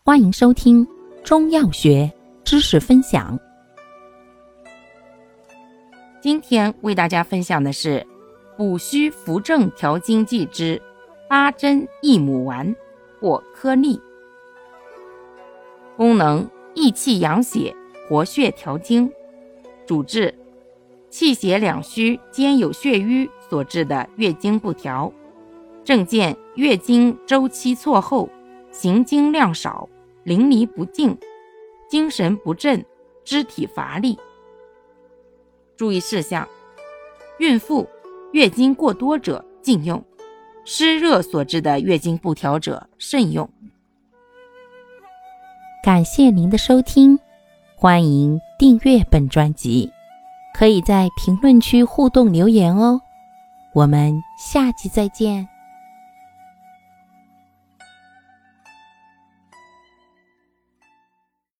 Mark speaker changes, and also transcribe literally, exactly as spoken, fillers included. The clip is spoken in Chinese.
Speaker 1: 欢迎收听中药学知识分享。今天为大家分享的是补虚扶正调经剂之八珍益母丸或颗粒。功能：益气养血，活血调经。主治：气血两虚兼有血瘀所致的月经不调。症见：月经周期错后，行经量少，淋漓不尽，精神不振，肢体乏力。注意事项：孕妇、月经过多者禁用，湿热所致的月经不调者慎用。感谢您的收听，欢迎订阅本专辑，可以在评论区互动留言哦。我们下期再见。